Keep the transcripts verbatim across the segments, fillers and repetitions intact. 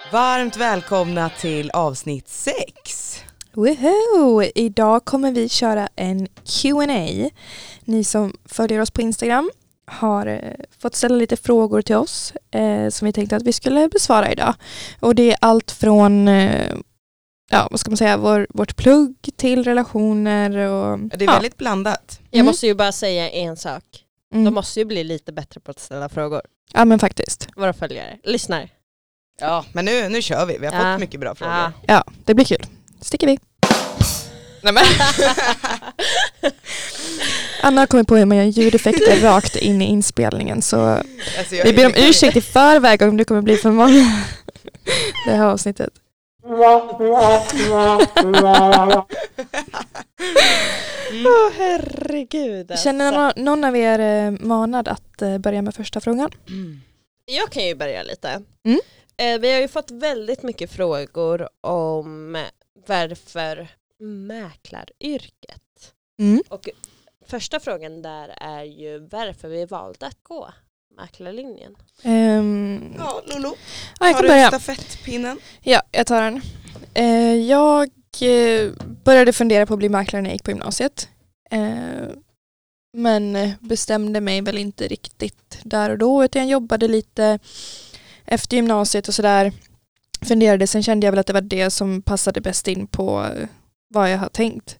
Varmt välkomna till avsnitt sex. Woohoo! Idag kommer vi köra en Q and A. Ni som följer oss på Instagram har eh, fått ställa lite frågor till oss eh, som vi tänkte att vi skulle besvara idag. Och det är allt från eh, ja, vad ska man säga, vår, vårt plugg till relationer. Och, det är ja. väldigt blandat. Jag Mm. måste ju bara säga en sak. Mm. De måste ju bli lite bättre på att ställa frågor. Ja, men faktiskt. Våra följare, lyssnar. Ja, men nu, nu kör vi. Vi har Ja. fått mycket bra frågor. Ja. Ja, det blir kul. Sticker vi. Nej, men. Anna har kommit på hur man gör ljudeffekter rakt in i inspelningen. Så Alltså, jag vi är ber om mycket- ursäkt i förväg om det kommer bli för många det här avsnittet. Mm. Åh herregud. alltså. Känner någon, någon av er eh, manad att eh, börja med första frågan? Mm. Jag kan ju börja lite. Mm. Eh, vi har ju fått väldigt mycket frågor om varför mäklaryrket. Mm. Och första frågan där är ju varför vi valde att gå mäklarlinjen. Um, Ja, Lolo, ja, jag tar kan du börja. stafettpinnen? Ja, jag tar den. Eh, jag eh, började fundera på att bli mäklare när jag gick på gymnasiet. Eh, men eh, bestämde mig väl inte riktigt där och då. Utan jag jobbade lite efter gymnasiet och sådär. Funderade, sen kände jag väl att det var det som passade bäst in på eh, vad jag har tänkt.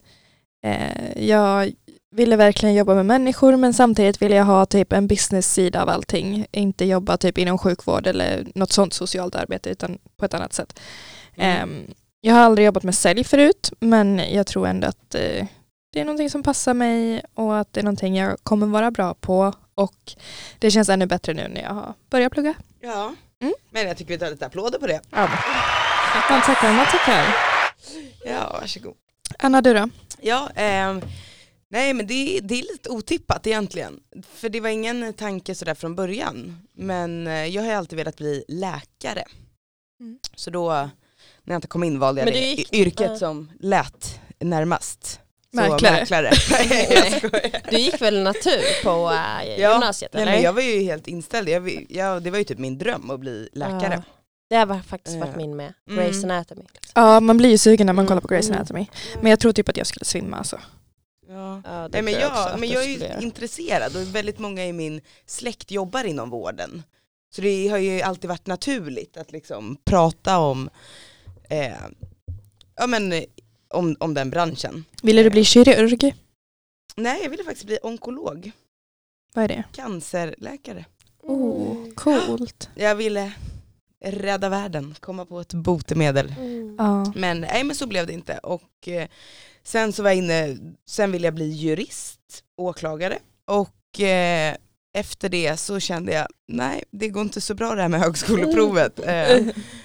Eh, jag ville verkligen jobba med människor, men samtidigt ville jag ha typ en business-sida av allting. Inte jobba typ inom sjukvård eller något sånt socialt arbete, utan på ett annat sätt. Mm. Eh, jag har aldrig jobbat med sälj förut, men jag tror ändå att eh, det är någonting som passar mig och att det är någonting jag kommer vara bra på. Och det känns ännu bättre nu när jag har börjat plugga. Ja, Mm. men jag tycker vi tar lite applåder på det. Ja. Man tackar, man tackar. Ja, varsågod. Anna, du då? Ja, ehm, nej men det, det är lite otippat egentligen. För det var ingen tanke sådär från början. Men eh, jag har alltid velat bli läkare. Mm. Så då, när jag inte kom in valde jag Men det du gick- yrket ja. som lät närmast. Så, Mäklare. mäklare. Nej, jag skojar. Du gick väl natur på äh, Ja, gymnasiet Nej, eller? men jag var ju helt inställd. Jag, vill- jag, det var ju typ min dröm att bli läkare. Ja. Det har var faktiskt varit Ja. min med. Mm. Grey's Anatomy. Liksom. Ja, man blir ju sugen när man Mm. kollar på Grey's Mm. Anatomy. Men jag tror typ att jag skulle svimma alltså. Ja. Ja, det Nej, men tror jag också jag, att men du jag är ju skulle göra. intresserad och väldigt många i min släkt jobbar inom vården. Så det har ju alltid varit naturligt att liksom prata om, eh, ja, men, eh, om, om den branschen. Ville du bli kirurg? Nej, jag ville faktiskt bli onkolog, Vad är det? cancerläkare. Oh, coolt. Jag ville rädda världen, komma på ett botemedel. Mm. Ja. Men nej, men så blev det inte. Och eh, sen så var jag inne, sen ville jag bli jurist, åklagare. Och eh, efter det så kände jag, nej, det går inte så bra det här med högskoleprovet. Eh,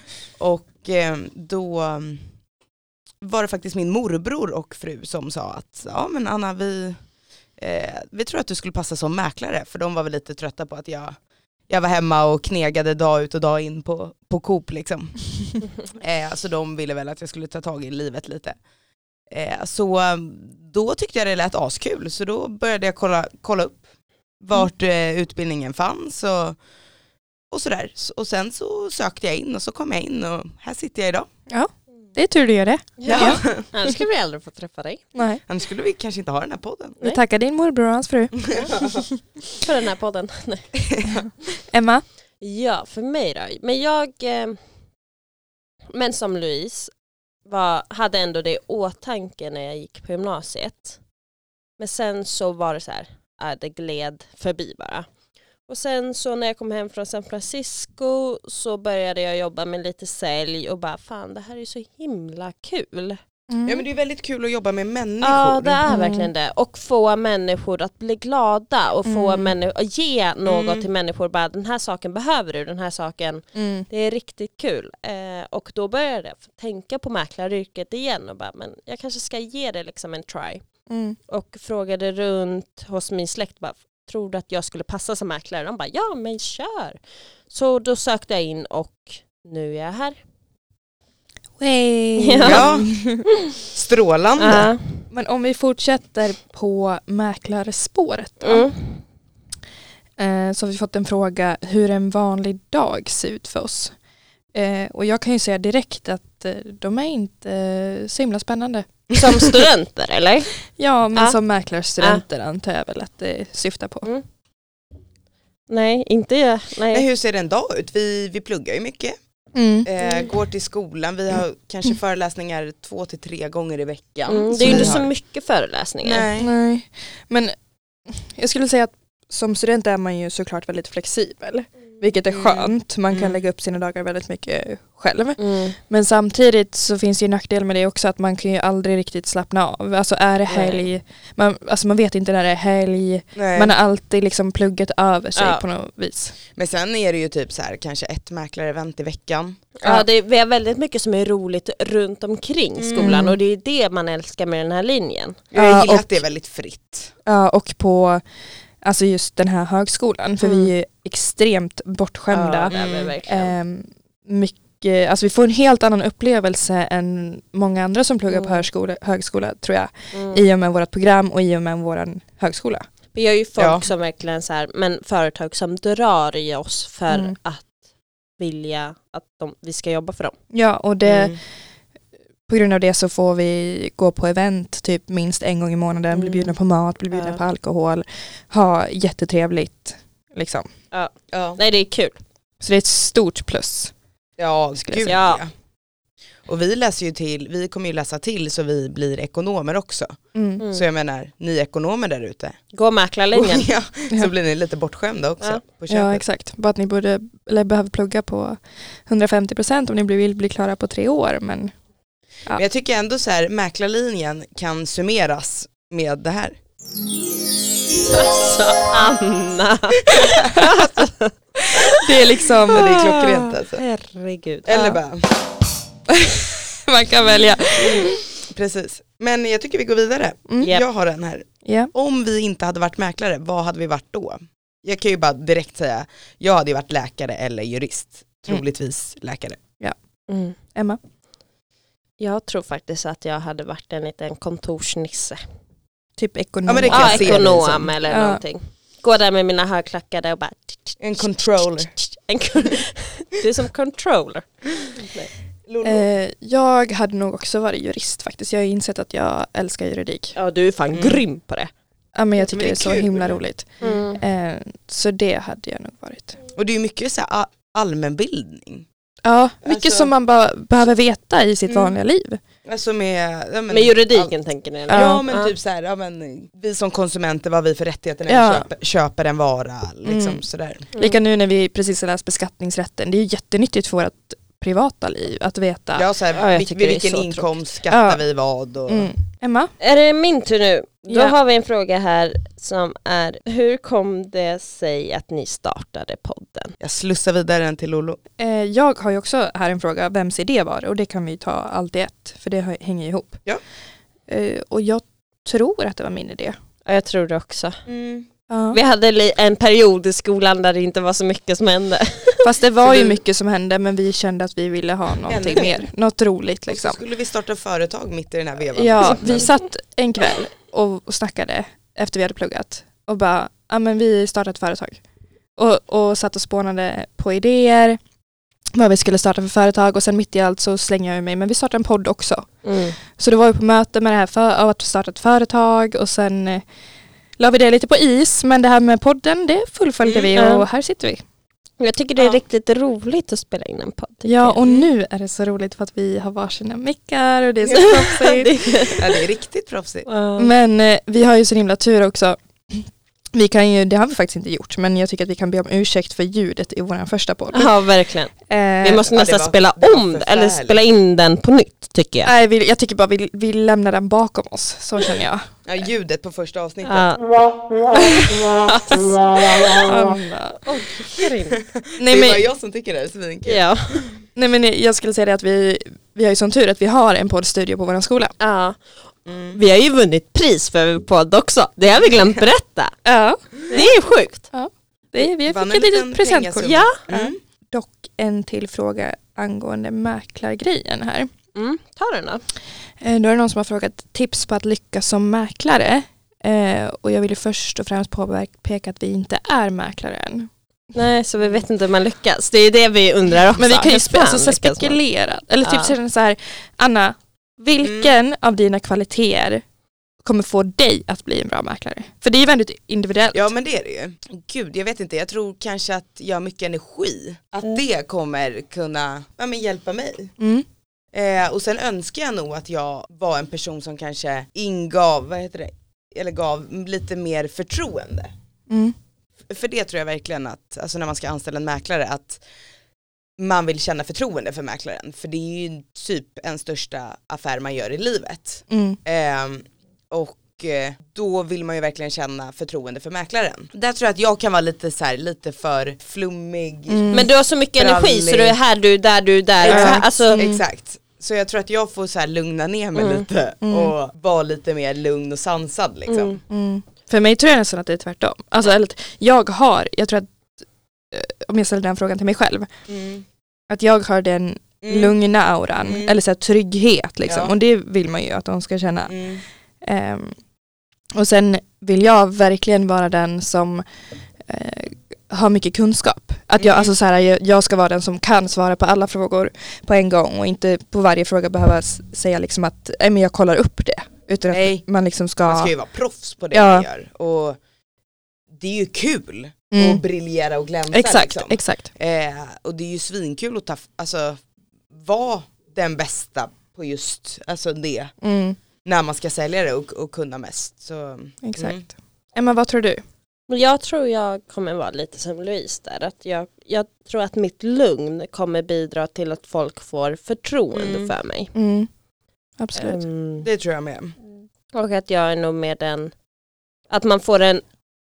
och eh, då mm, var det faktiskt min morbror och fru som sa att, ja men Anna, vi, eh, vi tror att du skulle passa som mäklare. För de var väl lite trötta på att jag, jag var hemma och knegade dag ut och dag in på, på Coop liksom. Eh, så de ville väl att jag skulle ta tag i livet lite. Eh, så då tyckte jag det lät askul. Så då började jag kolla, kolla upp vart eh, utbildningen fanns och, och sådär. Så, och sen så sökte jag in och så kom jag in och här sitter jag idag. Det är tur du gör det. Ja. Annars skulle vi aldrig få träffa dig Nej. Annars skulle vi kanske inte ha den här podden. Vi tackar din morbror och hans fru. För den här podden. Nej. Emma? Ja, för mig då. Men jag, eh, men som Louise, var, hade ändå det i åtanke när jag gick på gymnasiet. Men sen så var det så här, äh, det gled förbi bara. Och sen så när jag kom hem från San Francisco så började jag jobba med lite sälj och bara, fan det här är så himla kul. Mm. Ja, men det är väldigt kul att jobba med människor. Ja, det är Mm. verkligen det. Och få människor att bli glada och få Mm. människor att ge något Mm. till människor. Bara, den här saken behöver du, den här saken. Mm. Det är riktigt kul. Eh, och då började jag tänka på mäklaryrket igen och bara, men jag kanske ska ge det liksom en try. Mm. Och frågade runt hos min släkt, bara, tror du att jag skulle passa som mäklare? De bara, ja men kör. Så då sökte jag in och nu är jag här. Hey. Ja. Ja, strålande. Ja. Men om vi fortsätter på mäklarspåret då, Mm. eh, så har vi fått en fråga hur en vanlig dag ser ut för oss. Eh, och jag kan ju säga direkt att eh, de är inte eh, så himla spännande. Som studenter eller? Ja, men Ah. som mäklarstudenter ah. antar jag väl att det syftar på. Mm. Nej, inte jag. Nej. Men hur ser det en dag ut? Vi, vi pluggar ju mycket. Mm. Eh, går till skolan. Vi har kanske föreläsningar två till tre gånger i veckan. Mm, det Så är ju vi inte har- så mycket föreläsningar. Nej. Nej, men jag skulle säga att som student är man ju såklart väldigt flexibel. Vilket är Mm. skönt. Man kan Mm. lägga upp sina dagar väldigt mycket själv. Mm. Men samtidigt så finns det ju nackdel med det också att man kan ju aldrig riktigt slappna av. Alltså är det helg, man, alltså man vet inte när det är helg. Nej. Man har alltid liksom pluggat över sig Ja. på något vis. Men sen är det ju typ så här, kanske ett mäklarevent i veckan. Ja, det är, vi har väldigt mycket som är roligt runt omkring skolan Mm. och det är det man älskar med den här linjen. Jag Ja, gillar och- att det är väldigt fritt. Ja, och på alltså just den här högskolan. För Mm. vi är extremt bortskämda. Ja, det är vi Mm. verkligen. Ehm, mycket, alltså vi får en helt annan upplevelse än många andra som pluggar på Mm. högskola, högskola tror jag. Mm. I och med vårt program och i och med vår högskola. Vi har ju folk Ja. som verkligen så här, men företag som drar i oss för Mm. att vilja att de, vi ska jobba för dem. Ja, och det, Mm. på grund av det så får vi gå på event typ minst en gång i månaden, Mm. bli bjudna på mat, bli bjudna Ja. på alkohol, ha jättetrevligt liksom. Ja, Nej, det är kul. Så det är ett stort plus. ja Skulle jag gud säga. ja. Ja. Och vi läser ju till, vi kommer ju läsa till så vi blir ekonomer också. Mm. Mm. Så jag menar, ni ekonomer där ute. Gå mäklarlinjen. ja, Ja. så blir ni lite bortskämda också Ja. på köpet. Ja, exakt. Bara att ni borde, eller behöver plugga på hundrafemtio procent om ni vill bli klara på tre år. Men Men jag tycker ändå så här, mäklarlinjen kan summeras med det här. Alltså Anna. det är liksom... Men det är klockrent alltså. Herregud. Eller Ja. bara, Man kan välja. precis. Men jag tycker vi går vidare. Mm. Japp. Jag har den här. Ja. Om vi inte hade varit mäklare, vad hade vi varit då? Jag kan ju bara direkt säga, jag hade ju varit läkare eller jurist. Troligtvis läkare. Mm. Emma? Jag tror faktiskt att jag hade varit en liten kontorsnisse. Typ ekonom. Ja, men det kan Ja, jag se dig ekonom som. eller Ja. någonting. Gå där med mina högklackade och bara... En controller. En kon- du är som controller. Lolo. Eh, jag hade nog också varit jurist faktiskt. Jag har insett att jag älskar juridik. Ja, du är fan Mm. grym på det. Ja, men jag Men tycker det det är är så kul. himla roligt. Mm. Eh, så det hade jag nog varit. Och det är ju mycket så här a- allmänbildning. Ja, mycket Alltså- som man bara behöver veta i sitt Mm. vanliga liv. Alltså med... Ja, men, Med juridiken all- tänker ni? Ja, eller? Ja. men typ så här, ja, men, vi som konsumenter, vad vi för rättigheter när Ja. vi köper, köper en vara. Liksom Mm. sådär. Mm. Lika nu när vi precis har läst beskattningsrätten. Det är ju jättenyttigt för vårt privata liv att veta. Ja, så här, Ja, jag vil- tycker det är vilken så inkomst skattar Ja. vi vad och... Mm. Emma? Är det min tur nu? Då Ja. har vi en fråga här som är: hur kom det sig att ni startade podden? Jag slussar vidare den till Lolo. Eh, jag har ju också här en fråga. Vems idé var det? Och det kan vi ta allt i ett. För det har- hänger ihop. Ja. Eh, och jag tror att det var min idé. Ja, jag tror det också. Ja. Vi hade li- en period i skolan där det inte var så mycket som hände. Fast det var Så ju du- mycket som hände. Men vi kände att vi ville ha någonting Ännu mer. mer. Något roligt Och så liksom. skulle vi starta företag mitt i den här vevan. Ja, Men- vi satt en kväll och, och snackade efter vi hade pluggat. Och bara, ja men vi startade ett företag. Och, och satt och spånade på idéer. Vad vi skulle starta för företag. Och sen mitt i allt så slänger jag mig. Men vi startade en podd också. Mm. Så då var vi på möte med det här för av att starta ett företag. Och sen eh, la vi det lite på is. Men det här med podden, det fullföljde Mm, vi. ja. Och här sitter vi. Jag tycker det är Ja. riktigt roligt att spela in en podd. tycker Ja, jag. och nu är det så roligt för att vi har varsina mickar. Och det är så Ja. proffsigt. Ja, det är riktigt proffsigt. Ja. Men eh, vi har ju så himla tur också. Vi kan ju, det har vi faktiskt inte gjort, men jag tycker att vi kan be om ursäkt för ljudet i vår första podd. Ja, verkligen. Eh, Vi måste ja, det nästan var- spela det var om eller förfärligt. spela in den på nytt, tycker jag. Nej, vi, jag tycker bara vi, vi lämnar den bakom oss, så känner jag. Ja, ljudet på första avsnittet. Ja. Anna. Det Nej, är bara men, jag som tycker det är svinkul. Ja. nej men jag skulle säga det att vi, vi har ju sån tur att vi har en poddstudio på vår skola. Ja. Mm. Vi har ju vunnit pris för vår podd också. Det har vi glömt berätta. Ja, Det är ju sjukt. det är, vi Vann fick en ett liten litet presentkort. pengasumma. Ja. Mm. Dock en till fråga angående mäklargrejen här. Mm. Ta den då. Eh, då är det någon som har frågat tips på att lyckas som mäklare. Eh, och jag vill ju först och främst påpeka att vi inte är mäklare än. Nej, så vi vet inte om man lyckas. Det är det vi undrar också. Men vi kan ju spe- alltså, så lyckas man? spekulera. Eller typ Ja. säga så här, Anna, vilken Mm. av dina kvaliteter kommer få dig att bli en bra mäklare? För det är ju väldigt individuellt. Ja men det är det ju. Gud jag vet inte, jag tror kanske att jag har mycket energi. Att Mm. det kommer kunna ja, men hjälpa mig. Mm. Eh, och sen önskar jag nog att jag var en person som kanske ingav, vad heter det? Eller gav lite mer förtroende. Mm. För det tror jag verkligen att, alltså när man ska anställa en mäklare, att man vill känna förtroende för mäklaren. För det är ju typ en största affär man gör i livet. Mm. Eh, och eh, då vill man ju verkligen känna förtroende för mäklaren. Där tror jag att jag kan vara lite så här, lite för flummig. Mm. Men du har så mycket energi Brallig. så du är här, du är där, du är där. Exakt, Alltså, exakt. Så jag tror att jag får så här lugna ner mig Mm. lite Mm. och vara lite mer lugn och sansad liksom. Mm. Mm. För mig tror jag nästan att det är tvärtom. Alltså, eller, jag har, jag tror att eh, om jag ställer den frågan till mig själv, Mm. att jag har den Mm. lugna auran, Mm. eller så här, trygghet liksom. Ja. Och det vill man ju att de ska känna. Mm. Ehm, och sen vill jag verkligen vara den som eh, har mycket kunskap. Att jag, Mm. alltså, så här, jag, jag ska vara den som kan svara på alla frågor på en gång och inte på varje fråga behöva s- säga liksom att nej, men jag kollar upp det. Utan Nej. att man liksom ska... Man ska ju vara proffs på det Ja. man gör. Och det är ju kul Mm. att briljera och glänsa Exakt, liksom. exakt. Eh, och det är ju svinkul att ta, alltså, vara den bästa på just alltså det. Mm, När man ska sälja det och, och kunna mest. Så, exakt. Mm. Emma, vad tror du? Men jag tror jag kommer vara lite som Louise där. Att jag, jag tror att mitt lugn kommer bidra till att folk får förtroende Mm. för mig. Mm, absolut. Ehm, Det tror jag med. och att jag är nog med den, att man får en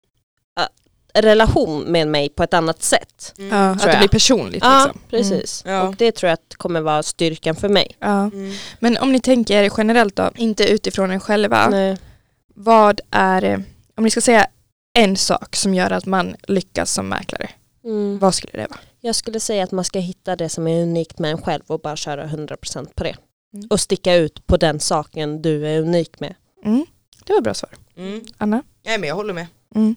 ä, relation med mig på ett annat sätt. Mm. Ja, att tror det jag. blir personligt. Ja, Liksom. precis. Mm. Ja. Och det tror jag att kommer vara styrkan för mig. Ja. Mm. Men om ni tänker generellt då, inte utifrån er själva. Nej. Vad är, eh, om ni ska säga en sak som gör att man lyckas som mäklare, Mm. vad skulle det vara? Jag skulle säga att man ska hitta det som är unikt med en själv och bara köra hundra procent på det. Mm. Och sticka ut på den saken du är unik med. Mm, det var bra svar. Mm. Anna? Nej men jag håller med. Mm.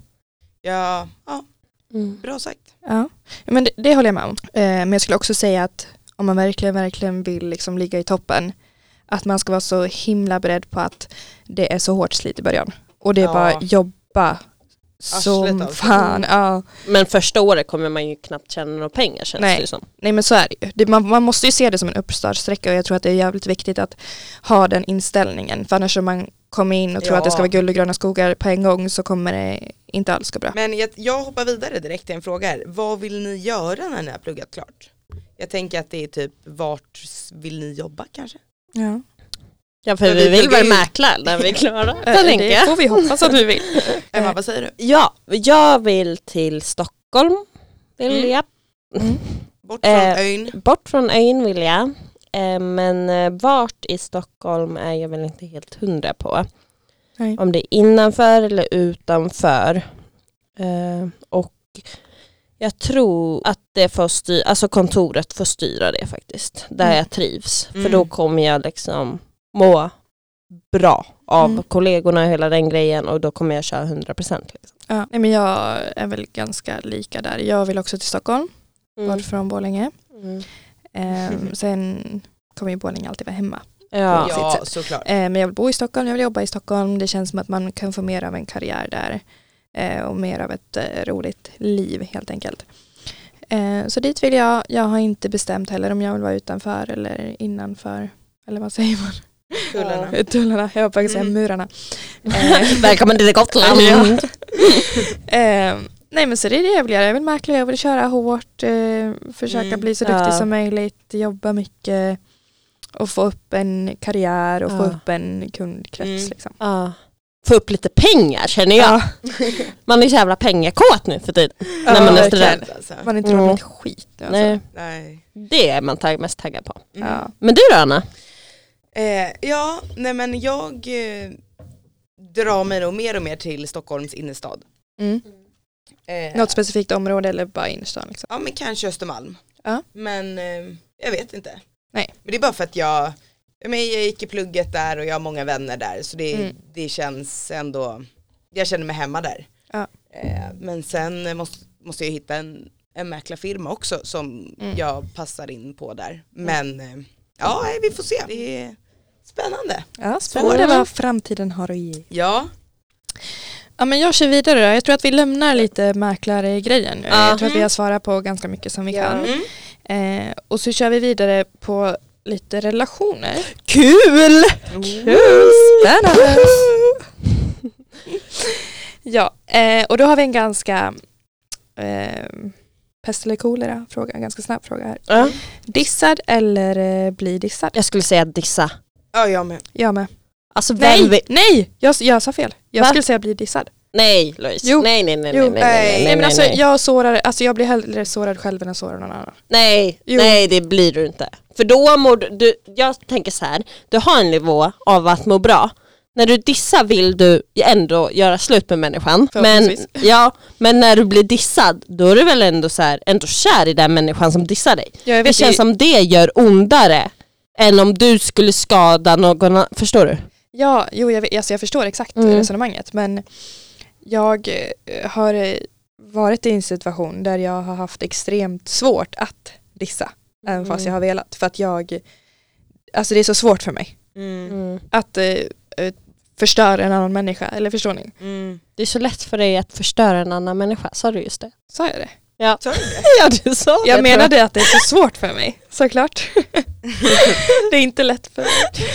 Ja, ja Mm. bra sagt. Ja, men det, det håller jag med om. Eh, men jag skulle också säga att om man verkligen, verkligen vill liksom ligga i toppen, att man ska vara så himla beredd på att det är så hårt slit i början. Och det är Ja. bara jobba Arslet som av sig. fan. Ja. Men första året kommer man ju knappt tjäna några pengar, känns Nej. det ju som. Nej men så är det ju. Det, man, man måste ju se det som en uppstartsträcka och jag tror att det är jävligt viktigt att ha den inställningen. För annars om man kommer in och tror Ja. att det ska vara guld och gröna skogar på en gång så kommer det inte alls gå bra. Men jag, jag hoppar vidare direkt till en fråga här. Vad vill ni göra när ni har pluggat klart? Jag tänker att det är typ, vart vill ni jobba kanske? Ja. Ja, för Ja, vi vi vill pluggar väl ju- mäkla när vi är klara. Eh, Jag tänker det jag. får vi hoppas att vi vill. Emma, vad säger du? Ja, jag vill till Stockholm. Vill Mm. jag. Bort från Eh, ön? Bort från ön vill jag. Eh, men eh, vart i Stockholm är jag väl inte helt hundra på. Nej. Om det är innanför eller utanför. Eh, och jag tror att det får styra, alltså kontoret får styra det faktiskt. Där Mm. jag trivs. Mm. För då kommer jag liksom må bra av Mm. kollegorna och hela den grejen. Och då kommer jag köra hundra procent. Liksom. Ja. Nej, men jag är väl ganska lika där. Jag vill också till Stockholm, Mm. var från Borlänge. Mm. Ehm, sen kommer ju Borlänge alltid vara hemma. Ja. sitt Ja, sätt. såklart. Eh, men jag vill bo i Stockholm, jag vill jobba i Stockholm. Det känns som att man kan få mer av en karriär där. Eh, och mer av ett eh, roligt liv helt enkelt. Eh, så dit vill jag. Jag har inte bestämt heller om jag vill vara utanför eller innanför. Eller vad säger man? Tullarna. Tullarna, jag var på att säga Mm. murarna. Eh, Välkommen till Gotland. Ja. eh, nej men så det är det jag vill göra. Jag vill mäkla, jag vill köra hårt. Eh, försöka Mm. bli så duktig Ja. som möjligt. Jobba mycket. Och få upp en karriär och få Ja. upp en kundkrets. Mm. Liksom. Ja. Få upp lite pengar känner jag. Man är så jävla pengakåt nu för tiden. Ja, när man är verkligen. student. Alltså. Man är inte råd Mm. med ett skit. Alltså. Nej, Nej. det är man tag- mest taggad på. Mm. Ja. Men du då Anna? Eh, ja, nej men jag eh, drar mig nog mer och mer till Stockholms innerstad. Mm. Eh, Något specifikt område eller bara innerstan? Liksom. Ja men kanske Östermalm. Ja. Men eh, jag vet inte. Nej. Men det är bara för att jag, jag, men, jag gick i plugget där och jag har många vänner där. Så det, Mm. det känns ändå, jag känner mig hemma där. Ja. Eh, men sen måste, måste jag hitta en en mäklarfirma också som Mm. jag passar in på där. Men eh, ja, vi får se. Det är spännande. Ja, spännande vad framtiden har att ge. Ja. Ja, men jag kör vidare då. Jag tror att vi lämnar lite mäklare-grejen nu. Ja. Jag tror att vi har svarat på ganska mycket som vi Ja. kan. Mm. Eh, och så kör vi vidare på lite relationer. Kul! Kul! Spännande! Ja, eh, och då har vi en ganska eh, pest eller kolera fråga, en ganska snabb fråga här. Ja. Dissad eller eh, bli dissad? Jag skulle säga dissa. Ja, jag med. Jag med. Alltså vem Nej, vill... nej! Jag, jag sa fel. Jag Va? skulle säga bli dissad. Nej, Louise. Jo. Nej, nej, nej, Jo. nej, nej, nej, nej, Nej, men alltså, nej. jag sårar, alltså jag blir hellre sårad själv än att såra någon annan. Nej, Jo. nej, det blir du inte. För då mår du, du, jag tänker så här, du har en nivå av att må bra. När du dissar vill du ändå göra slut med människan. Men, Förhoppningsvis. ja, men när du blir dissad, då är du väl ändå så här, ändå kär i den människan som dissar dig. Ja, jag Det vet, känns som det gör ondare än om du skulle skada någon annan. Förstår du? Ja, jo, jag, vet, alltså jag förstår exakt Mm. resonemanget, men jag eh, har eh, varit i en situation där jag har haft extremt svårt att dissa, även Mm. fast jag har velat, för att jag, alltså det är så svårt för mig Mm. Mm. att eh, eh, förstöra en annan människa, eller förstår ni? Mm. Det är så lätt för dig att förstöra en annan människa, sa du just det? Sa jag det? Ja, Så är det. ja du sa det. Jag tror menade att det är så svårt för mig, såklart. Det är inte lätt för mig.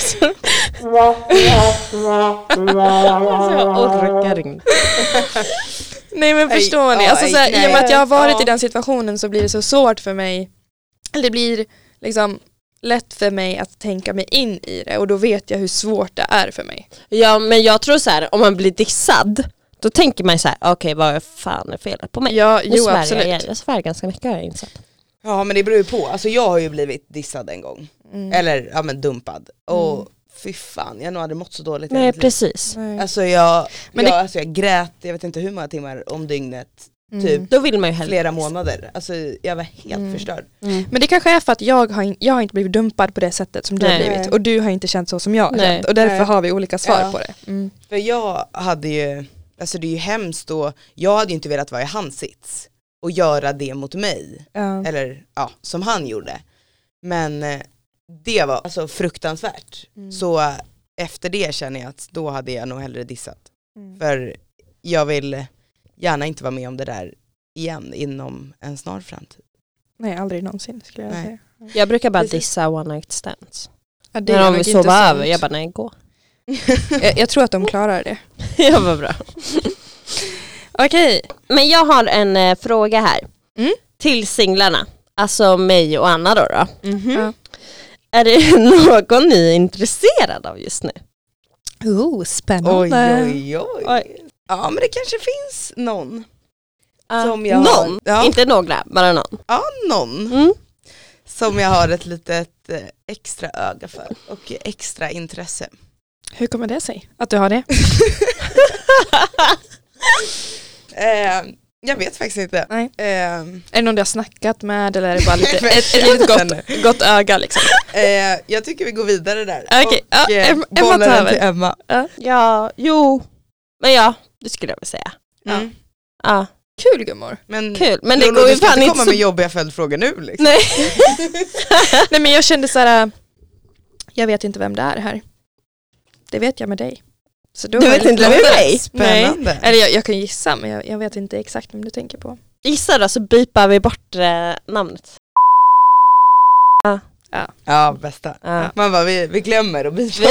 Alltså, jag orkar inte. Nej, men Aj, förstår ni? ja, Alltså, så här, aj, I och med att jag har varit ja. i den situationen så blir det så svårt för mig. Eller det blir liksom lätt för mig att tänka mig in i det. Och då vet jag hur svårt det är för mig. Ja, men jag tror så här, om man blir dissad, då tänker man så här, okej, okay, vad fan är felet på mig? Ja, Nu jo, svär absolut. Jag, jag svär ganska mycket, har jag insett. Ja, men det beror ju på. Alltså jag har ju blivit dissad en gång. Mm. Eller ja, men dumpad. Och Mm. fy fan, jag nog hade mått så dåligt. i Nej, mitt liv. precis. Nej. Alltså jag, Men jag, det- alltså jag grät, jag vet inte hur många timmar om dygnet. Mm. typ. Då vill man ju hellre. Flera månader. Alltså jag var helt Mm. förstörd. Mm. Men det kanske är för att jag har, in, jag har inte blivit dumpad på det sättet som du Nej. har blivit. Och du har inte känt så som jag har Nej. känt. Och därför Nej. har vi olika svar Ja. på det. Mm. För jag hade ju, alltså det är ju hemskt och jag hade ju inte velat vara i hans sits och göra det mot mig. Ja. Eller ja, som han gjorde. Men eh, det var alltså fruktansvärt. Mm. Så eh, efter det känner jag att då hade jag nog hellre dissat. Mm. För jag vill gärna inte vara med om det där igen inom en snar framtid. Nej, aldrig någonsin skulle jag Nej. säga. Jag brukar bara Precis. dissa one night stands. Ja, det När är de nog vill sova intressant. över, jag bara, nej, gå. jag, jag tror att de klarar det. Ja, vad bra. Okej. Men jag har en eh, fråga här. Mm. Till singlarna. Alltså mig och Anna då. då. Mm-hmm. Ja. Är det någon ni är intresserad av just nu? Oh, spännande. Oj, oj, oj. Oj. Ja, men det kanske finns någon. Uh, Som jag har- någon? ja. Inte några, bara någon. Ja, någon. Mm. Som jag har ett litet eh, extra öga för och extra intresse. Hur kommer det sig att du har det? Eh, jag vet faktiskt inte. Nej. Eh, Är det någon du har snackat med eller är det bara lite, Jag ett, ett vet litet inte. gott, gott öga liksom? eh, jag tycker vi går vidare där. Okej, ja, och eh, Em- Emma bollar tar den till över. Emma. Ja, jo. Men ja, det skulle jag väl säga. Mm. Ja, Kul gummor. Men, kul. Men det Lolo, går ju du ska fan inte inte komma så... med jobbiga följdfrågor nu liksom. Nej. Nej, men jag kände så här. Jag vet inte vem det är här. Det vet jag med dig. Så då Du var vet det inte lite vem lättare. det är? Spännande. Nej. Eller jag, jag kan gissa, men jag, jag vet inte exakt vem du tänker på. Gissa då, så bipar vi bort eh, namnet. Ja, bästa. Ja. Man bara, vi, vi glömmer och byter.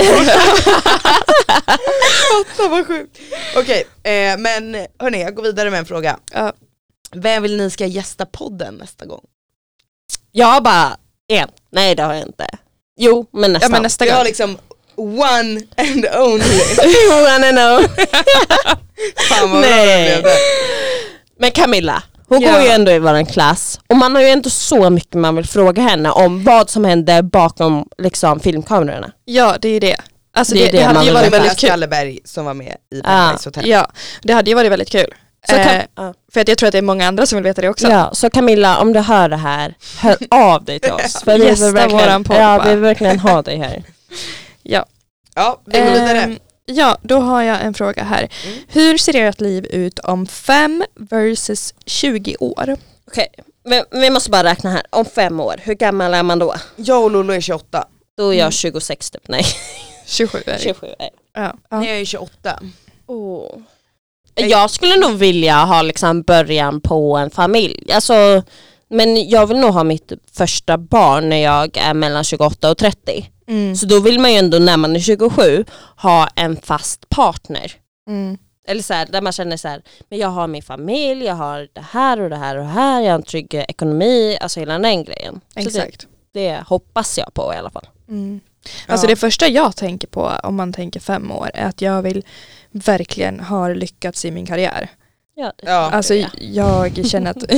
Fatta vad sjukt. Okej, eh, men hörni, jag går vidare med en fråga. Ja. Vem vill ni ska gästa podden nästa gång? Jag har bara en. Nej, det har jag inte. Jo, men nästan. Ja, men nästa Vi gång. har liksom one and only. One and all. Fan vad bra Nej. det blev det. Men Camilla, hon Ja. går ju ändå i våran klass. Och man har ju ändå så mycket man vill fråga henne om vad som händer bakom liksom, filmkamerorna. Ja, det är det. Alltså Det det, är det, det hade man ju vill varit veta. väldigt kul. Skalleberg som var med i Ja. Paradise Hotel. Ja, det hade ju varit väldigt kul. Så kan, Eh, ja. För att jag tror att det är många andra som vill veta det också. Ja, så Camilla, om du hör det här, hör av dig till oss. För vi Gästa vill verkligen, våran podd ja, bara. vi vill verkligen ha dig här. Ja. Ja, vi går vidare. Ehm, ja, då har jag en fråga här. Mm. Hur ser ert liv ut om fem versus tjugo år? Okej, Men vi måste bara räkna här. Om fem år, hur gammal är man då? Jag och Lolo är tjugoåtta. Då är jag tjugosex typ, nej. tjugosju är det. tjugosju är jag. Ja. Nej, Ja. jag är tjugoåtta. Oh. Jag skulle nog vilja ha liksom början på en familj. Alltså, men jag vill nog ha mitt första barn när jag är mellan tjugoåtta och trettio. Mm. Så då vill man ju ändå när man är tjugosju ha en fast partner. Mm. Eller så här, där man känner så här, men jag har min familj, jag har det här och det här och det här, jag har en trygg ekonomi, alltså hela den grejen. Exakt. Så det, det hoppas jag på i alla fall. Mm. Alltså Ja. det första jag tänker på om man tänker fem år är att jag vill verkligen ha lyckats i min karriär. Ja, det Ja. Alltså ja. jag känner att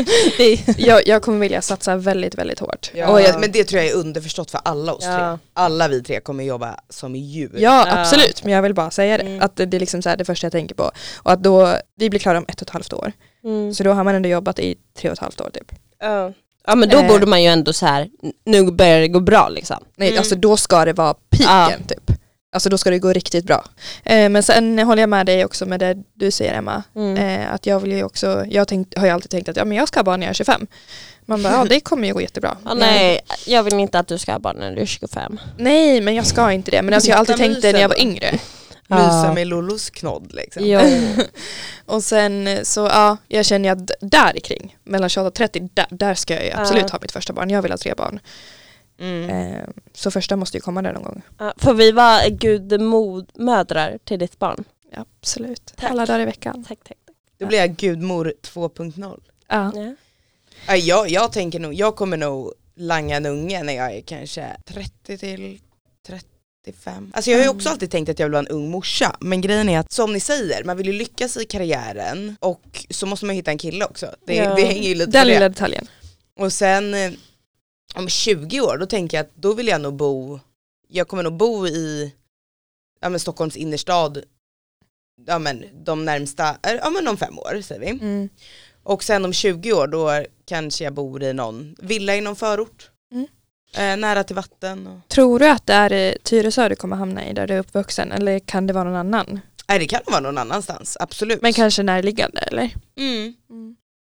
jag, jag kommer vilja satsa väldigt, väldigt hårt. Ja. Och jag, Men det tror jag är underförstått för alla oss Ja. tre. Alla vi tre kommer jobba som djur. ja, Ja. absolut. Men jag vill bara säga det. Mm. Att det är liksom så här det första jag tänker på. Och att då, vi blir klara om ett och ett halvt år. Mm. Så då har man ändå jobbat i tre och ett halvt år typ. Ja. Ja, men då Eh. borde man ju ändå så här, nu börjar det gå bra liksom. Nej, Mm. alltså då ska det vara piken typ. Alltså då ska det gå riktigt bra. Eh, men sen håller jag med dig också med det du säger, Emma. Mm. Eh, att jag vill ju också, jag tänkt, har ju alltid tänkt att ja, men jag ska ha barn när jag är tjugofem. Man bara, ja det kommer ju gå jättebra. Ja, nej, jag vill inte att du ska ha barn när du är tjugofem. Nej, men jag ska inte det. Men alltså, jag har alltid Hitta tänkt det när jag var mysen. yngre. Mysa Ja. med Lolos knodd liksom. Jo. Och sen så, ja, jag känner ju att d- där kring, mellan tjugoåtta och trettio, där, där ska jag ju absolut Ja. ha mitt första barn. Jag vill ha tre barn. Mm. Eh, så första måste ju komma där någon gång. Ja, får vi vara gudmödrar till ditt barn? Ja, absolut. Tack. Alla dagar i veckan. Tack, tack. Då blir jag gudmor två punkt noll. Ja. Ja. Ja, jag, jag tänker nog, jag kommer nog langa en unge när jag är kanske trettio till trettiofem. Alltså jag har ju också alltid tänkt att jag vill vara en ung morsa. Men grejen är att som ni säger, man vill ju lyckas i karriären. Och så måste man hitta en kille också. Det, Ja. det hänger ju lite Den på det. lilla detaljen. Och sen eh, om tjugo år, då tänker jag att då vill jag nog bo, jag kommer nog bo i ja, men Stockholms innerstad ja, men de närmsta, eh, ja men om fem år säger vi. Mm. Och sen om tjugo år då kanske jag bor i någon villa i någon förort. Mm. Eh, nära till vatten. Och... Tror du att det är eh, Tyresö du kommer hamna i där du är uppvuxen? Eller kan det vara någon annan? Nej, det kan vara någon annanstans, absolut. Men kanske närliggande, eller? Mm. Mm.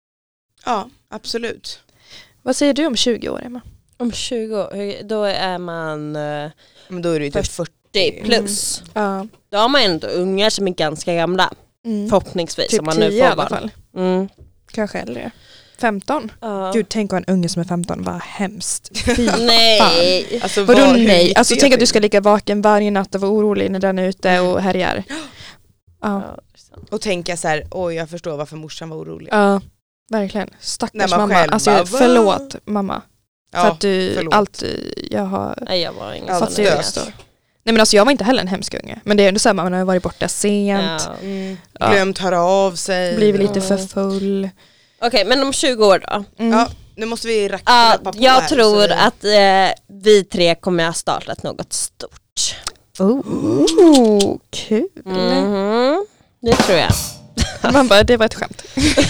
Ja, absolut. Vad säger du om tjugo år, Emma? Om tjugo, hur- då är man eh, Men då är det ju typ fyrtio. fyrtio plus. Ja. Då har man ändå ungar som är ganska gamla. Mm. Förhoppningsvis. Typ om man nu tio i får alla barn. fall. Mm. Kanske äldre. femton. Ja. Gud, tänk att en unge som är femton, vad hemskt. Fy Nej. Alltså, Vadå vad- hur nej? gick Alltså det tänk att du till? ska ligga vaken varje natt och vara orolig när den är ute och härjar. Ja, Ja. Och tänka så här, oj jag förstår varför morsan var orolig. ja verkligen. När Stackars man mamma. själv Alltså bara, förlåt mamma. För Ja, att du förlåt. alltid, jag har Nej, jag var ingen Ja, sån fått se stöt. unge. just då. Nej men alltså jag var inte heller en hemsk unge. Men det är ändå så här, man har varit borta sent. Ja. Mm. Ja. Glömt höra av sig. Blivit lite för Mm. full. Okej, men om tjugo år då? Mm. Ja, nu måste vi rack- Ja, rappa på jag här, tror så vi- att eh, vi tre kommer ha startat något stort. Oh, kul. Mhm. Det tror jag. Man bara, det var ett skämt.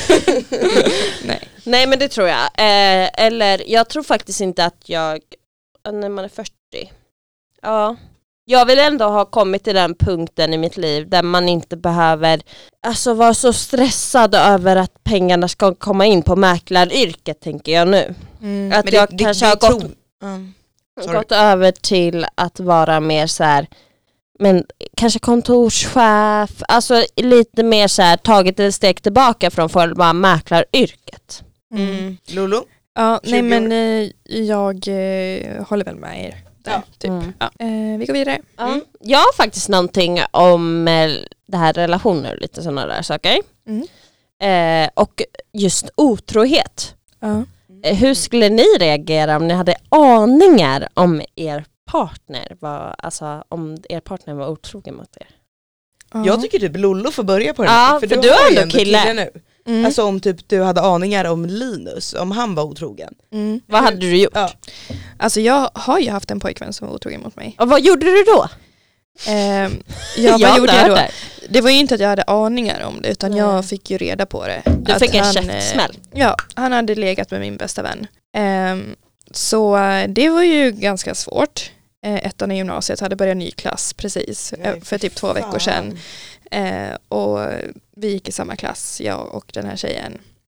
Nej. Nej, men det tror jag. Eh, eller jag tror faktiskt inte att jag, när man är fyrtio. Ja. Jag vill ändå ha kommit till den punkten i mitt liv där man inte behöver alltså vara så stressad över att pengarna ska komma in på mäklaryrket, tänker jag nu. Mm. Att Men jag det- kanske det har gått, tror- Mm. Sorry. gått över till att vara mer så här, men kanske kontorschef, alltså lite mer så här tagit ett steg tillbaka från själva mäklaryrket. Mm. Lolo? Ja, nej tjugo men eh, jag eh, håller väl med er där, Ja. typ. Mm. Ja. Eh, vi går vidare. Ja. Mm. Jag har faktiskt någonting om eh, det här relationer och lite sådana där saker. Mm. Eh, och just otrohet. Ja. Eh, hur skulle ni reagera om ni hade aningar om er partner var, alltså om er partner var otrogen mot er? Ja. Jag tycker typ Lollo får börja på den. Ja, för du har är ju ändå kille. nu. Mm. Alltså om typ du hade aningar om Linus, om han var otrogen. Mm. Vad hade du gjort? Ja. Alltså jag har ju haft en pojkvän som var otrogen mot mig. Och vad gjorde du då? Eh, ja, vad Jag gjorde jag då? där. Det var ju inte att jag hade aningar om det, utan Nej. jag fick ju reda på det. Du Att fick en han, käftsmäll. eh, Ja, han hade legat med min bästa vän. Ehm, så eh, det var ju ganska svårt. Eh, ettan i gymnasiet, hade börjat ny klass precis eh, Nej, för typ två veckor sedan. Eh, och vi gick i samma klass, jag och den här tjejen.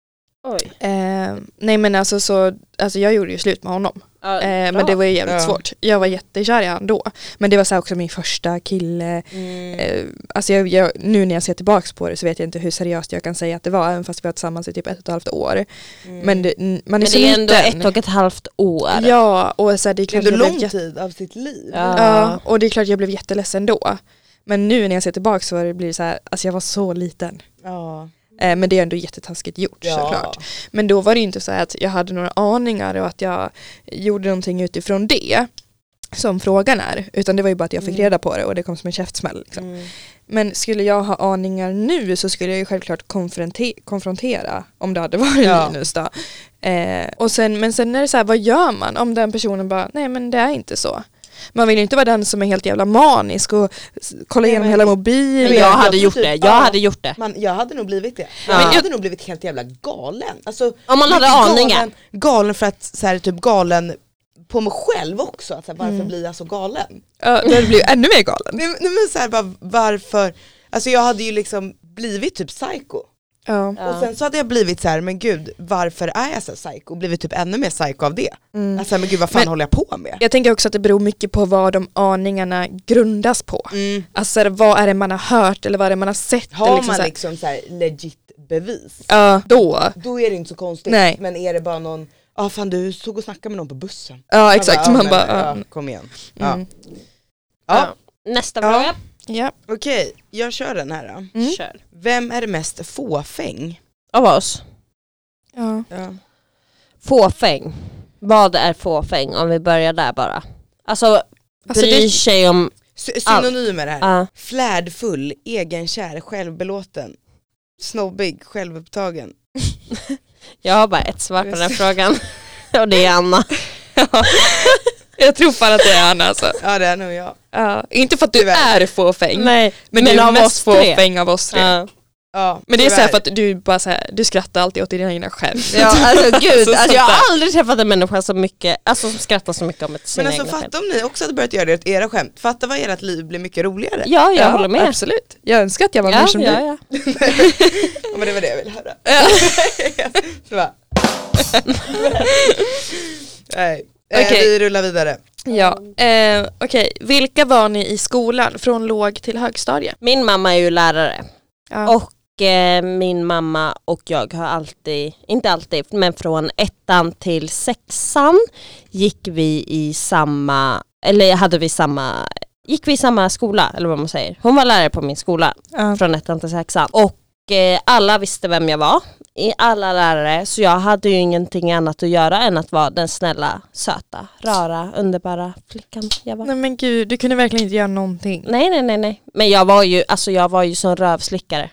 Oj. Eh, nej men alltså så, alltså jag gjorde ju slut med honom. Ja, eh, men det var ju jävligt Ja. svårt. Jag var jättekär i han då. Men det var så här också min första kille. Mm. Eh, alltså jag, jag, nu när jag ser tillbaks på det så vet jag inte hur seriöst jag kan säga att det var. Även fast vi var tillsammans i typ ett och ett halvt år. Mm. Men det, man är Men så det är ändå liten. ett och ett halvt år. Ja, och så här, det är Det är klart ändå jag blev lång jätte- tid av sitt liv. Ja. Ja, och det är klart jag blev jätteledsen då. Men nu när jag ser tillbaka så blir det så här, alltså jag var så liten. Ja. Eh, men det är ändå jättetaskigt gjort Ja. såklart. Men då var det inte så här att jag hade några aningar och att jag gjorde någonting utifrån det som frågan är. Utan det var ju bara att jag fick Mm. reda på det och det kom som en käftsmäll. Liksom. Mm. Men skulle jag ha aningar nu så skulle jag ju självklart konfronte- konfrontera om det hade varit Ja. Linus då. Eh, och sen, men sen är det så här, vad gör man om den personen bara, nej men det är inte så. Man vill ju inte vara den som är helt jävla manisk och s- kolla Nej, igenom men- hela mobilen. Men jag jag tror hade gjort typ- det. Jag ja. hade gjort det. Man, jag hade nog blivit det. Ja. Men jag hade nog blivit helt jävla galen. Alltså, Om man hade lite aningar. Galen, galen för att så här, typ galen på mig själv också. Att, så här, varför Mm. blir jag så galen? Ja, då hade blivit ännu mer galen. Nej, nej, men så här, bara, varför? Alltså jag hade ju liksom blivit typ psycho. Ja. Ja. Och sen så hade jag blivit så här, men gud, varför är jag så psycho? Och blivit typ ännu mer psycho av det. Mm. Alltså men gud, vad fan Men- håller jag på med? Jag tänker också att det beror mycket på vad de aningarna grundas på. Mm. Alltså vad är det man har hört eller vad är det man har sett? Har eller liksom man så här- liksom så här legit bevis, Ja, då. då är det inte så konstigt. Nej. Men är det bara någon, ja ah, fan du såg och snackade med någon på bussen. Ja, exakt. Ja, Man men, bara, ja, ja. kom igen. Ja. Mm. Ja. Nästa Ja. fråga. Ja. Okej, jag kör den här då. Mm. Kör. Vem är det mest fåfäng? Av oss. Ja. Ja. Fåfäng. Vad är fåfäng? Om vi börjar där bara. Alltså, Alltså, bryr det- sig om... Synonymer här. Ja. Flärdfull, egenkär, självbelåten, snobbig, självupptagen. Jag har bara ett svar på den här frågan. Och det är Anna. Jag tror fan att det är Anna alltså. Ja det är nog jag. Ja. Inte för att du Tyvärr. är fåfäng. Nej, Men, men du är av mest oss tre. fåfäng av oss tre. Ja. Ja, Men det är så här tyvärr. för att du bara så här, du skrattar alltid åt dina egna skämt. Ja, alltså gud, Så alltså, jag sånt har aldrig träffat en människa som, mycket, alltså, som skrattar så mycket om ett sina Men alltså egna fatta skämt. om ni också hade börjat göra det åt era skämt. Fatta vad ert liv blir mycket roligare. Ja, jag håller med. Absolut. Jag önskar att jag var Ja, mer som ja, du. ja. Ja, men det var det jag ville höra. Så bara. Nej. Eh, Okej. Vi rullar vidare. Ja. Eh, Okej, vilka var ni i skolan från låg till högstadie? Min mamma är ju lärare. Ja. Och eh, min mamma och jag har alltid, inte alltid, men från ettan till sexan gick vi i samma, eller hade vi samma, gick vi i samma skola, eller vad man säger. Hon var lärare på min skola Ja. från ettan till sexan. Och eh, alla visste vem jag var, i alla lärare, så jag hade ju ingenting annat att göra än att vara den snälla, söta, rara, underbara flickan jag var. Nej men gud, du kunde verkligen inte göra någonting. Nej, nej, nej, nej. Men jag var ju, alltså jag var ju som rövslickare.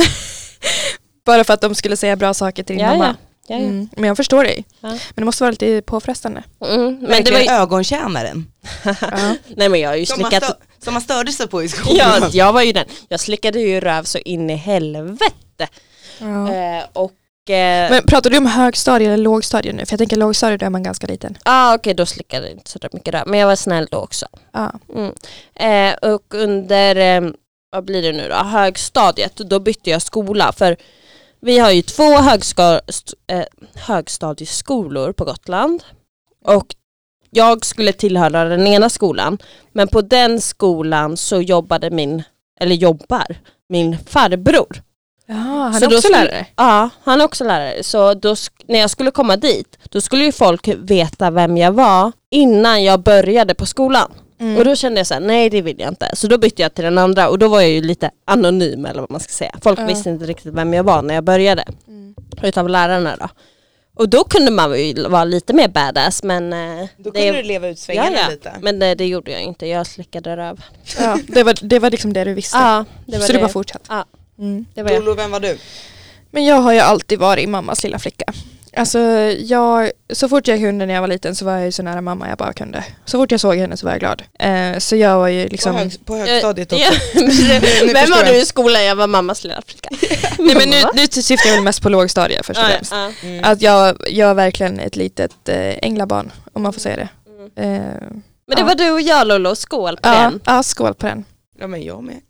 Bara för att de skulle säga bra saker till din Ja, mamma. ja. Ja, ja. Mm. Men jag förstår dig. Ja. Men det måste vara lite påfrestande. Mm, men det Verkligen var ju, ögontjänaren. Ja. nej men jag har ju Som man, slickat. stö- som man störde sig på i skolan. Ja, jag var ju den. Jag slickade ju röv så in i helvete. Ja. Eh, och eh, Men pratar du om högstadie eller lågstadie nu? För jag tänker lågstadie, då är man ganska liten. ah, okej, då slickade jag inte så där mycket röv. Men jag var snäll då också. Ja. Mm. Eh, och under, eh, vad blir det nu då? Högstadiet, då bytte jag skola. För vi har ju två högska- st- eh, högstadieskolor på Gotland. Och jag skulle tillhöra den ena skolan. Men på den skolan så jobbade min, eller jobbar, min farbror. Ja, han Så är då också skulle- lärare. Ja, han är också lärare. Så då, sk- när jag skulle komma dit, då skulle ju folk veta vem jag var innan jag började på skolan. Mm. Och då kände jag så här, nej det vill jag inte. Så då bytte jag till den andra och då var jag ju lite anonym eller vad man ska säga. Folk Ja. visste inte riktigt vem jag var när jag började. Mm. Utav lärarna då. Och då kunde man ju vara lite mer badass men... eh, Då det, kunde du leva ut svängarna ja, ja. lite. Men det, det gjorde jag inte, jag slickade röv. Ja, det, var, det var liksom det du visste. Ja, det var Så det. du bara fortsatte. Ja. Mm. Det var jag. Lolo, vem var du? Men jag har ju alltid varit mammas lilla flicka. Alltså jag, så fort jag kunde när jag var liten så var jag ju så nära mamma jag bara kunde. Så fort jag såg henne så var jag glad. Eh, så jag var ju liksom... På, hög, på högstadiet också. Ja, Vem förstår var jag. du i skolan? Jag var mammas lilla flicka. Nej men nu, nu syftar jag väl mest på lågstadiet först och Ja, främst. ja. Mm. Att jag, jag är verkligen ett litet eh, änglabarn, om man får säga det. Mm. Eh, Men det Ja. var du och jag Lolo, skål på ja, den. ja, skål på den. Ja men jag med.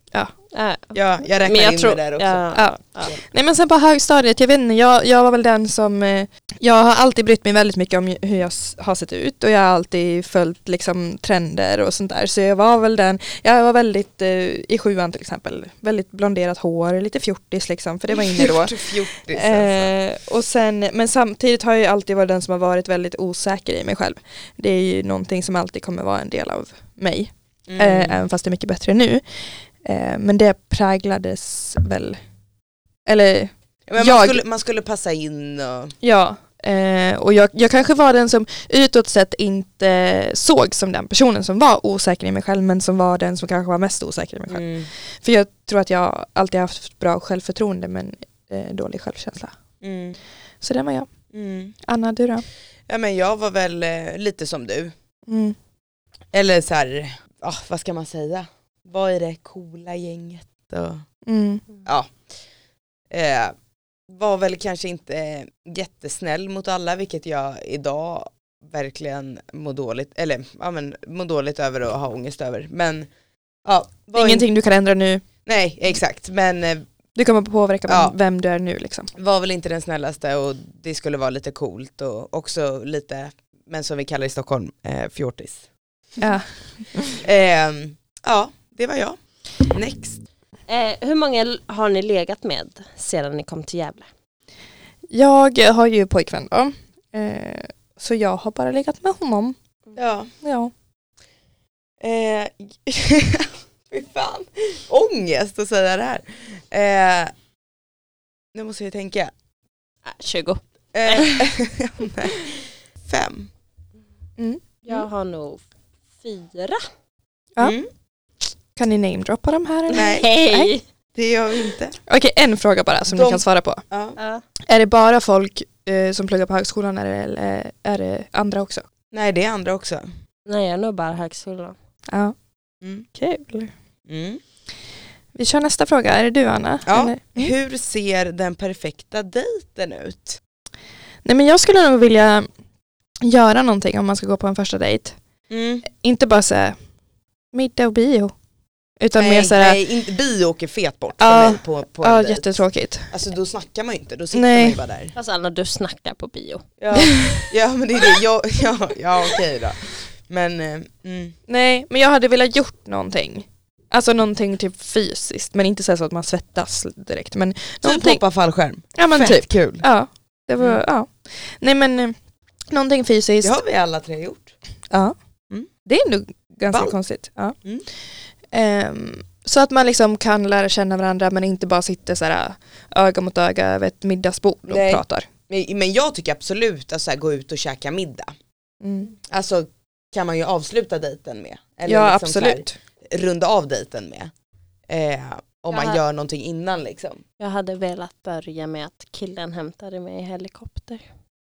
Ja. Ja. Ja, jag räknar Men jag in tror- det där också. ja. Ja. Ja. Nej, men sen på högstadiet, jag vet inte, jag, jag var väl den som, eh, jag har alltid brytt mig väldigt mycket om hur jag s- har sett ut och jag har alltid följt liksom trender och sånt där. Så jag var väl den, jag var väldigt, eh, i sjuan till exempel, väldigt blonderat hår, lite fjortis liksom, för det var inne då. Fjortis, alltså. Eh, och sen, men samtidigt har jag ju alltid varit den som har varit väldigt osäker i mig själv. Det är ju någonting som alltid kommer vara en del av mig, Mm. eh, även fast det är mycket bättre nu. Eh, men det präglades väl, eller Ja, men man, jag- skulle, man skulle passa in och... ja, eh, och jag, jag kanske var den som utåt sett inte såg som den personen som var osäker i mig själv, men som var den som kanske var mest osäker i mig själv. Mm. För jag tror att jag alltid haft bra självförtroende men eh, dålig självkänsla. Mm. Så den var jag. Mm. Anna, du då? Ja, men jag var väl eh, lite som du. Mm. Eller så här, ah, vad ska man säga? Vad är det coola gänget? Och, Mm. ja. Eh, var väl kanske inte jättesnäll mot alla, vilket jag idag verkligen mår dåligt, eller ja, men mår dåligt över och har ångest över. Men ja, Det var är ingenting du kan ändra nu. In- nej, exakt. Men eh, Du kommer påverka Ja. vem du är nu liksom. var väl inte den snällaste och det skulle vara lite coolt och också lite, men som vi kallar i Stockholm, eh, fjortis. Ja. Eh, ja, det var jag. Next. Eh, hur många l- har ni legat med sedan ni kom till Gävle? Jag har ju pojkvän då. Eh, så jag har bara legat med honom. Ja. Ja. Eh, fy fan. Ångest att säga det här. Eh, nu måste jag tänka. Äh, tjugo. Eh, nej. Fem. Mm. Jag har nog fyra. Ja. Mm. Kan ni namedroppa de här? Eller? Nej, Hej! det gör vi inte. Okej, en fråga bara som De- ni kan svara på. Ja. Ja. Är det bara folk eh, som pluggar på högskolan eller är det andra också? Nej, det är andra också. Nej, jag är nog bara högskolan. Ja, Mm. kul. Mm. Vi kör nästa fråga. Är det du, Anna? Ja. Eller? Hur ser den perfekta dejten ut? Nej, men jag skulle nog vilja göra någonting om man ska gå på en första dejt. Mm. Inte bara säga middag och bio. Utan Nej, mer såhär, nej, inte, bio åker fet bort för Ja. mig på, på en ja, dejt. jättetråkigt. Alltså då snackar man ju inte, då sitter Nej. man ju bara där. Fast Anna, du snackar på bio. Ja, ja men det är det, jag, ja, ja okej då. Men, eh, mm. Nej, men jag hade velat gjort någonting. Alltså någonting typ fysiskt, men inte så att man svettas direkt. Men Typ någonting, hoppa fallskärm. ja men Fett typ. kul. Ja, det var, Mm. ja. Nej men, eh, någonting fysiskt. Det har vi alla tre gjort. Ja. Mm. Det är ändå ganska Ball. konstigt. Ja. Mm. Ehm, så att man liksom kan lära känna varandra men inte bara sitter så här öga mot öga över ett middagsbord och Nej. pratar. Men, men jag tycker absolut att så här, gå ut och käka middag. Mm. Alltså kan man ju avsluta dejten med. Eller Ja, liksom så här, absolut. runda av dejten med. Eh, om man Ja. gör någonting innan liksom. Jag hade velat börja med att killen hämtade mig i helikopter.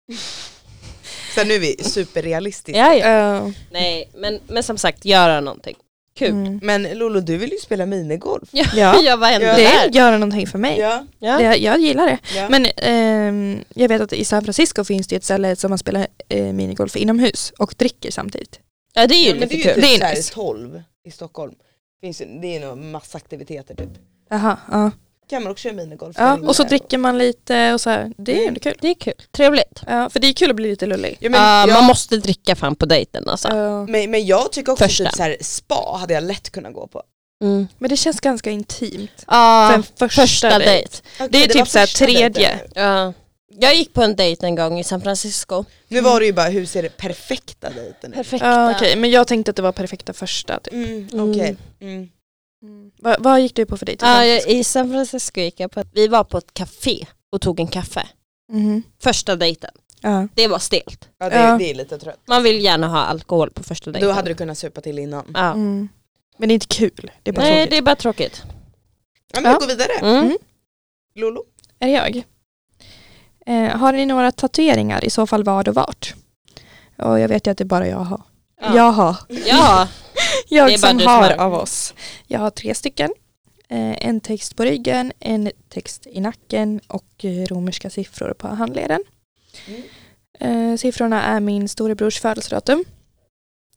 Sen nu är vi superrealistiska. Ja, ja. Ja. Nej, men, men som sagt, göra någonting. Kul. Mm. Men Lolo, du vill ju spela minigolf. Ja, Ja. jag var ändå Ja. Det där. gör någonting för mig. Ja. Ja. Det, jag gillar det. ja. Men ehm, jag vet att i San Francisco finns det ett ställe som man spelar eh, minigolf inomhus och dricker samtidigt. ja, det är ju Ja, men lite det är ju kul. typ Det är så här nice. tolv i Stockholm. Finns, ju- det är nog massa aktiviteter typ. Jaha, ja. Kan man också köra minigolf. ja. där Och så inne. dricker man lite och så här. Det är Mm. ändå kul. Det är kul. Trevligt. Ja, för det är kul att bli lite lullig. Ja, men, Ja, ja, Man måste dricka fan på dejten alltså. Ja. men, men jag tycker också Första. typ så här, spa hade jag lätt kunnat gå på. Mm. Men det känns ganska intimt. Ja, För en första, första dejt. dejt. Okej, Det är var typ så här första tredje. dejten nu. Ja. Jag gick på en dejt en gång i San Francisco. Nu var det ju bara, hur ser det perfekta dejten ut? Perfekta. Ja, okej. Men jag tänkte att det var perfekta första. Typ. Mm, Mm. okej. Mm. Va, vad gick du på för dejt? Ja, jag- i San Francisco gick jag på ett, vi var på ett café och tog en kaffe. Mhm. Första dejten. Ja. Det var stelt. Ja, det, Ja. det är lite trött. Man vill gärna ha alkohol på första dejten. Då hade du kunnat supa till innan. Ja. Mm. Men det är inte kul. Det är bara Nej, tråkigt. det är bara tråkigt. Ja, men Ja. gå vidare. Mm. Mm. Lolo? Är det jag? Eh, har ni några tatueringar? I så fall vad och vart? Och jag vet ju att det är bara jag har. Ja. Jag har. Ja. Det Jag är bara som du som har har det. av oss. Jag har tre stycken. Eh, en text på ryggen, en text i nacken och eh, romerska siffror på handleden. Mm. Eh, siffrorna är min storebrors födelsedatum.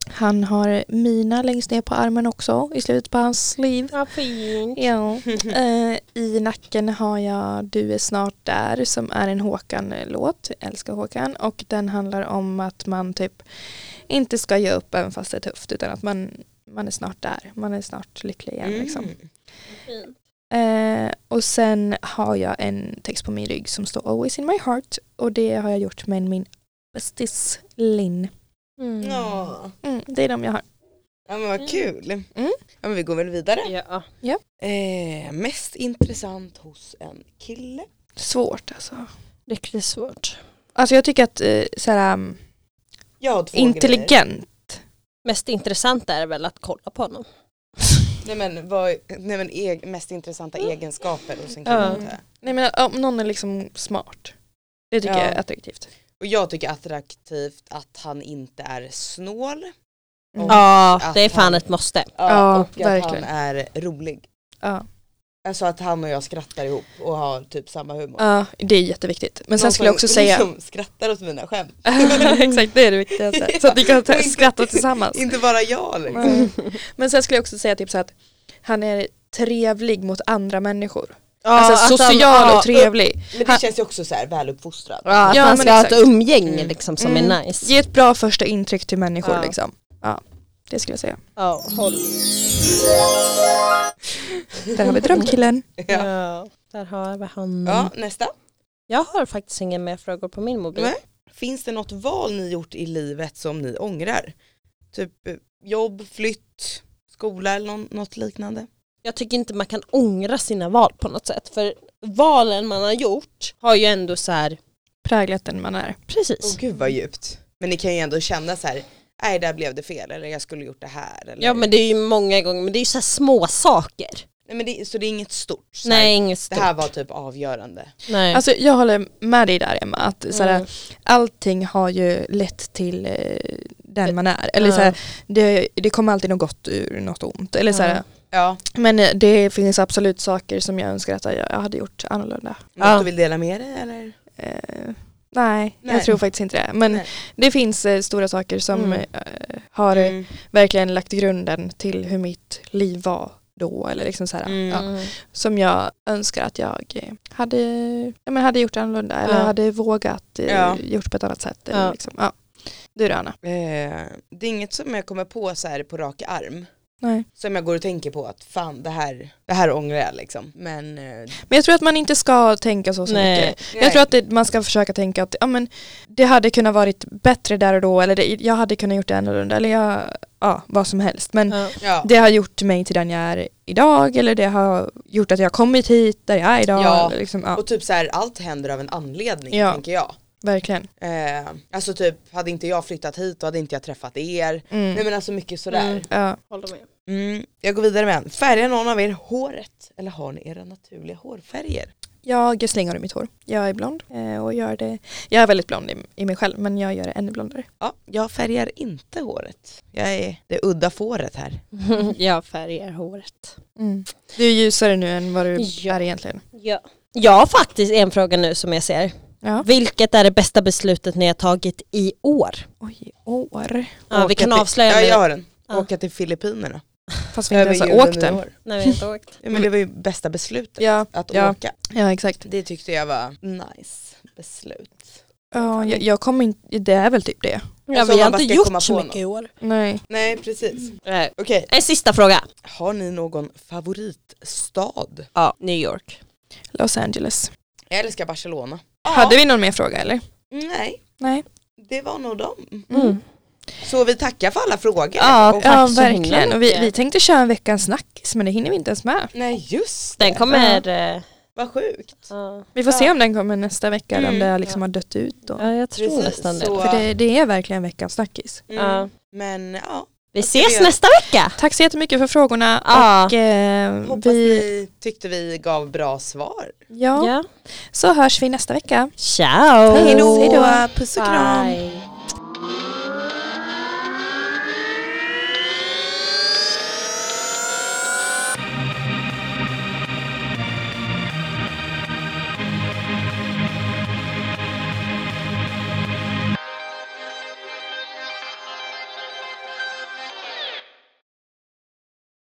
Han har mina längst ner på armen också, i slutet på hans liv. Ja, fint. Ja. eh, I nacken har jag Du är snart där, som är en Håkan-låt. Jag älskar Håkan. Och den handlar om att man typ inte ska ge upp även fast det är tufft, utan att man, man är snart där. Man är snart lycklig igen. Mm. Liksom. Fint. Eh, och sen har jag en text på min rygg som står Always in my heart. Och det har jag gjort med min bästis Linn. Mm. Ja. Mm, det är de jag har. Ja men vad kul. Mm. Ja men vi går väl vidare. Ja. Eh, mest intressant hos en kille. Svårt alltså. Riktigt svårt. Alltså jag tycker att eh, såhär, um, Jag har två intelligent. Mest intressant är väl att kolla på honom. Nej men, vad, nej, men eg, mest intressanta egenskaper hos en kille. Ja. Nej men om någon är liksom smart. Det tycker Ja. jag är attraktivt. Och jag tycker attraktivt att han inte är snål. Mm. Ja, att det är fan han- ett måste. Ja, Ja, och att verkligen. han är rolig. Ja. Alltså att han och jag skrattar ihop och har typ samma humor. Ja, det är jätteviktigt. Men sen Någon skulle jag också som, säga... som skrattar åt mina skämt. Exakt, det är det viktigaste. Så att ni kan Och ta- inte- skratta tillsammans. Inte bara jag liksom. Mm. Men sen skulle jag också säga typ så att han är trevlig mot andra människor. Alltså att han- social ja, och trevlig. Men det Han- känns ju också så här väluppfostrad. Ja, att Ja, han men ska ha ett exakt. umgänge Mm. liksom som Mm. är nice. Ge ett bra första intryck till människor Ja. liksom. Ja, det skulle jag säga. Ja, håll. Där har vi drömkillen. Ja. Ja, där har vi han. Ja, nästa. Jag har faktiskt inga mer frågor på min mobil. Nej. Finns det något val ni gjort i livet som ni ångrar? Typ eh, jobb, flytt, skola eller någon, något liknande? Jag tycker inte man kan ångra sina val på något sätt. För valen man har gjort har ju ändå så här. Präglat den man är. Precis. Åh gud vad djupt. Men ni kan ju ändå känna så här, nej där blev det fel eller jag skulle gjort det här. Eller... Ja, men det är ju många gånger, men det är ju så här små saker. Nej, men det, så det är inget stort. Så här, Nej, inget stort. det här var typ avgörande. Nej. Alltså jag håller med dig där Emma. Att, såhär, Mm. allting har ju lett till eh, den man är. Eller Ja. såhär, det, det kommer alltid något gott ur något ont. Eller, Ja. såhär, Ja, men eh, det finns absolut saker som jag önskar att jag, jag hade gjort annorlunda. något Ja. du vill dela med dig eller? Eh, nej, Nej. jag tror faktiskt inte det. Men Nej. det finns eh, stora saker som Mm. eh, har eh, Mm. verkligen lagt grunden till hur mitt liv var då. Eller liksom såhär, Mm. ja, Mm. som jag önskar att jag eh, hade, ja, men hade gjort annorlunda. Eller Ja. hade vågat eh, Ja. gjort på ett annat sätt. Eller Ja. liksom, ja. Du då Anna? Eh, det är inget som jag kommer på så här på rak arm. Nej. Som jag går och tänker på att fan det här, det här ångrar jag liksom. Men, eh, Men jag tror att man inte ska tänka så, så Nej. mycket. Jag tror att det, man ska försöka tänka att ja, men det hade kunnat varit bättre där och då. Eller det, jag hade kunnat gjort det annorlunda. Eller jag, ja, vad som helst. Men Ja. ja. det har gjort mig till den jag är idag. Eller det har gjort att jag har kommit hit där jag är idag. Ja. Eller liksom, ja, Och typ så här, allt händer av en anledning Ja. tänker jag. verkligen. Eh, alltså typ, hade inte jag flyttat hit då hade inte jag träffat er. Mm. Nej men alltså mycket sådär. Mm. Ja. Håller med. Mm. Jag går vidare med en. Färgar någon av er håret? Eller har ni era naturliga hårfärger? Jag slänger i mitt hår. Jag är blond. eh, Och gör det. Jag är väldigt blond i, i mig själv. Men jag gör det ännu blondare. Ja, jag färgar inte håret. Jag är det udda fåret här. Jag färgar håret. Mm. Du är ljusare nu än vad du Ja. är egentligen. Ja. Jag har faktiskt en fråga nu som jag ser. Ja. Vilket är det bästa beslutet ni har tagit i år? Oj, år. Ja, vi Åka kan till- avslöja Ja, med- jag har den. Ja. Åka till Filippinerna. Fast vi inte ens har julen åkt och den. nyår. när vi inte åkt. Ja, men det var ju bästa beslutet. Ja, Att ja. åka. Ja, exakt. Det tyckte jag var nice beslut. Ja, jag, jag kommer inte, det är väl typ det. Ja, Alltså, vi har man bara inte ska komma gjort så på mycket i år. Nej. Nej, precis. Nej. Okej, En sista fråga. har ni någon favoritstad? Ja, New York. Los Angeles. Jag älskar Barcelona. Hade vi någon mer fråga eller? Nej, Nej. det var nog dem. Mm. Så vi tackar för alla frågor. Ja, Och- tack Ja, så himla verkligen. Och vi, mycket. vi tänkte köra en veckans snackis men det hinner vi inte ens med. Nej, just Den det. kommer... eh, Vad sjukt. Ja, Vi får Ja. se om den kommer nästa vecka eller om Mm, det liksom har dött ut då. ja jag tror Precis, nästan det. så- För det, det är verkligen veckans snackis. Mm. Ja. Men ja, Vi ska vi ses göra? nästa vecka. Tack så jättemycket för frågorna. Ja. Och eh, hoppas vi, ni tyckte vi gav bra svar. ja, Ja. så hörs vi nästa vecka. Ciao. Hej då. Hej då, puss och kram. Bye.